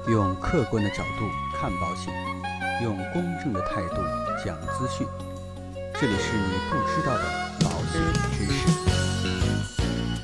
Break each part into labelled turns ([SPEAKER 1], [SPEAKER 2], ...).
[SPEAKER 1] 用客观的角度看保险，用公正的态度讲资讯。这里是你不知道的保险知识。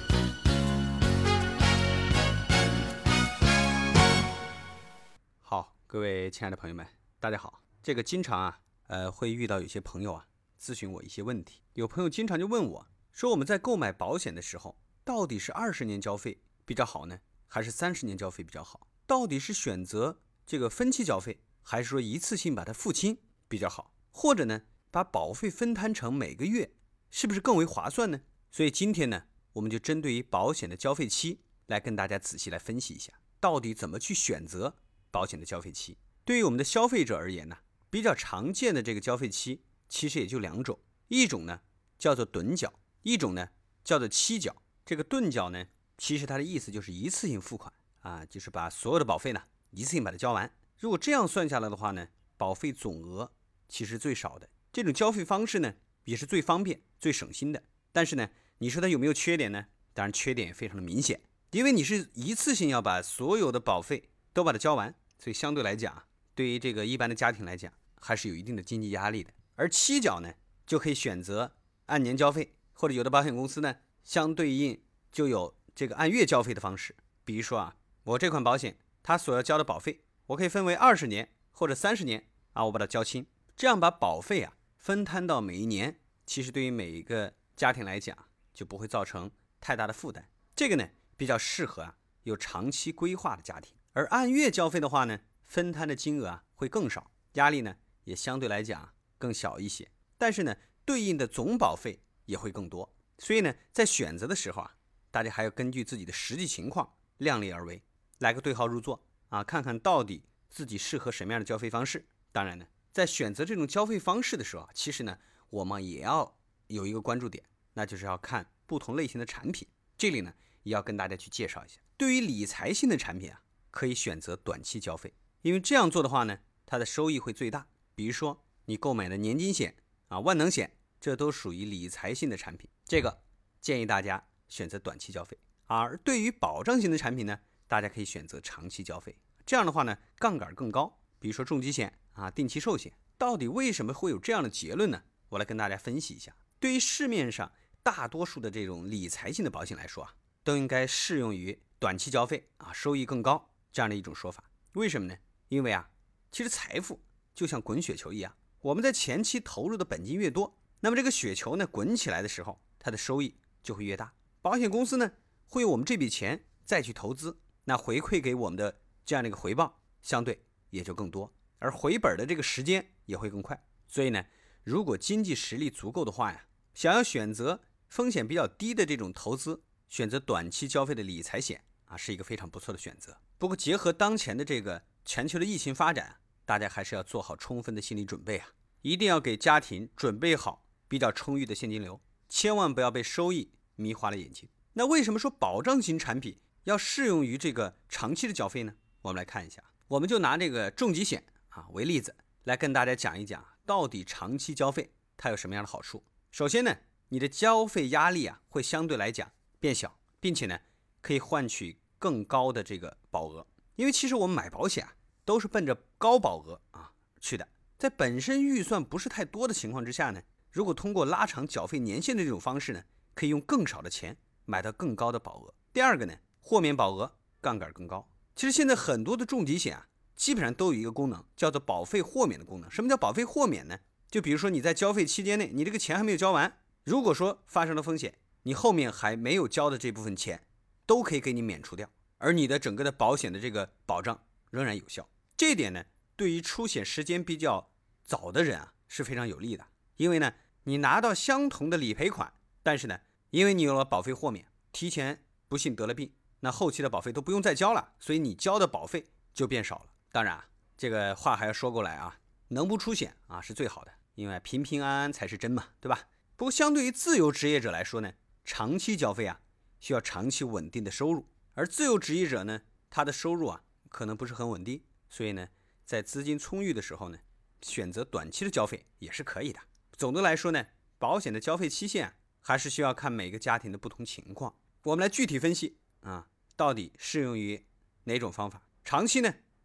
[SPEAKER 1] 好，各位亲爱的朋友们，大家好。经常会遇到有些朋友咨询我一些问题。有朋友经常就问我说，我们在购买保险的时候，到底是20年交费比较好呢，还是30年交费比较好？到底是选择这个分期交费，还是说一次性把它付清比较好？或者呢，把保费分摊成每个月，是不是更为划算呢？所以今天呢，我们就针对于保险的交费期来跟大家仔细来分析一下，到底怎么去选择保险的交费期。对于我们的消费者而言呢，比较常见的这个交费期其实也就2种，一种呢叫做趸缴，一种呢叫做期缴。这个趸缴呢，其实它的意思就是一次性付款就是把所有的保费呢一次性把它交完。如果这样算下来的话呢，保费总额其实最少的。这种交费方式呢也是最方便最省心的。但是呢，你说它有没有缺点呢？当然缺点也非常的明显，因为你是一次性要把所有的保费都把它交完，所以相对来讲，对于这个一般的家庭来讲还是有一定的经济压力的。而期缴呢，就可以选择按年交费，或者有的保险公司呢相对应就有这个按月交费的方式。比如说我这款保险它所要交的保费，我可以分为20年或者30年我把它交清，这样把保费分摊到每一年，其实对于每一个家庭来讲就不会造成太大的负担。这个呢比较适合有长期规划的家庭。而按月交费的话呢，分摊的金额会更少，压力呢也相对来讲更小一些，但是呢对应的总保费也会更多。所以呢，在选择的时候大家还要根据自己的实际情况量力而为，来个对号入座看看到底自己适合什么样的交费方式。当然呢，在选择这种交费方式的时候其实呢我们也要有一个关注点，那就是要看不同类型的产品。这里呢也要跟大家去介绍一下，对于理财性的产品可以选择短期交费，因为这样做的话呢，它的收益会最大。比如说你购买的年金险万能险，这都属于理财性的产品，这个建议大家选择短期交费。而对于保障型的产品呢，大家可以选择长期交费，这样的话呢杠杆更高。比如说重疾险定期寿险，到底为什么会有这样的结论呢？我来跟大家分析一下。对于市面上大多数的这种理财性的保险来说都应该适用于短期交费收益更高这样的一种说法。为什么呢？因为其实财富就像滚雪球一样，我们在前期投入的本金越多，那么这个雪球呢滚起来的时候，它的收益就会越大。保险公司呢会用我们这笔钱再去投资，那回馈给我们的这样的一个回报相对也就更多，而回本的这个时间也会更快。所以呢，如果经济实力足够的话想要选择风险比较低的这种投资，选择短期交费的理财险是一个非常不错的选择。不过结合当前的这个全球的疫情发展大家还是要做好充分的心理准备一定要给家庭准备好比较充裕的现金流，千万不要被收益迷花了眼睛。那为什么说保障型产品要适用于这个长期的交费呢？我们来看一下，我们就拿这个重疾险为例子，来跟大家讲一讲到底长期交费它有什么样的好处。首先呢，你的交费压力会相对来讲变小，并且呢可以换取更高的这个保额。因为其实我们买保险都是奔着高保额去的，在本身预算不是太多的情况之下呢，如果通过拉长缴费年限的这种方式呢，可以用更少的钱买到更高的保额。第二个呢，豁免保额，杠杆更高。其实现在很多的重疾险基本上都有一个功能叫做保费豁免的功能。什么叫保费豁免呢？就比如说你在交费期间内，你这个钱还没有交完，如果说发生了风险，你后面还没有交的这部分钱都可以给你免除掉，而你的整个的保险的这个保障仍然有效。这一点呢，对于出险时间比较早的人是非常有利的。因为呢，你拿到相同的理赔款，但是呢，因为你有了保费豁免，提前不幸得了病，那后期的保费都不用再交了，所以你交的保费就变少了。当然这个话还要说过来能不出险是最好的，因为平平安安才是真嘛，对吧？不过相对于自由职业者来说呢，长期交费需要长期稳定的收入，而自由职业者呢，他的收入可能不是很稳定，所以呢，在资金充裕的时候呢，选择短期的交费也是可以的。总的来说呢，保险的交费期限还是需要看每个家庭的不同情况。我们来具体分析到底适用于哪种方法。长期呢，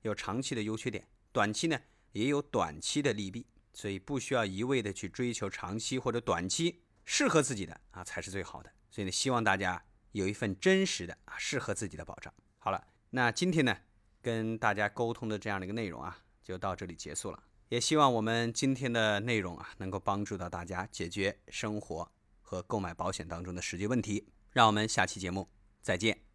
[SPEAKER 1] 有长期的优缺点，短期呢也有短期的利弊，所以不需要一味的去追求长期或者短期，适合自己的才是最好的。所以呢，希望大家有一份真实的适合自己的保障。好了，那今天呢跟大家沟通的这样的一个内容就到这里结束了。也希望我们今天的内容能够帮助到大家解决生活和购买保险当中的实际问题。让我们下期节目再见。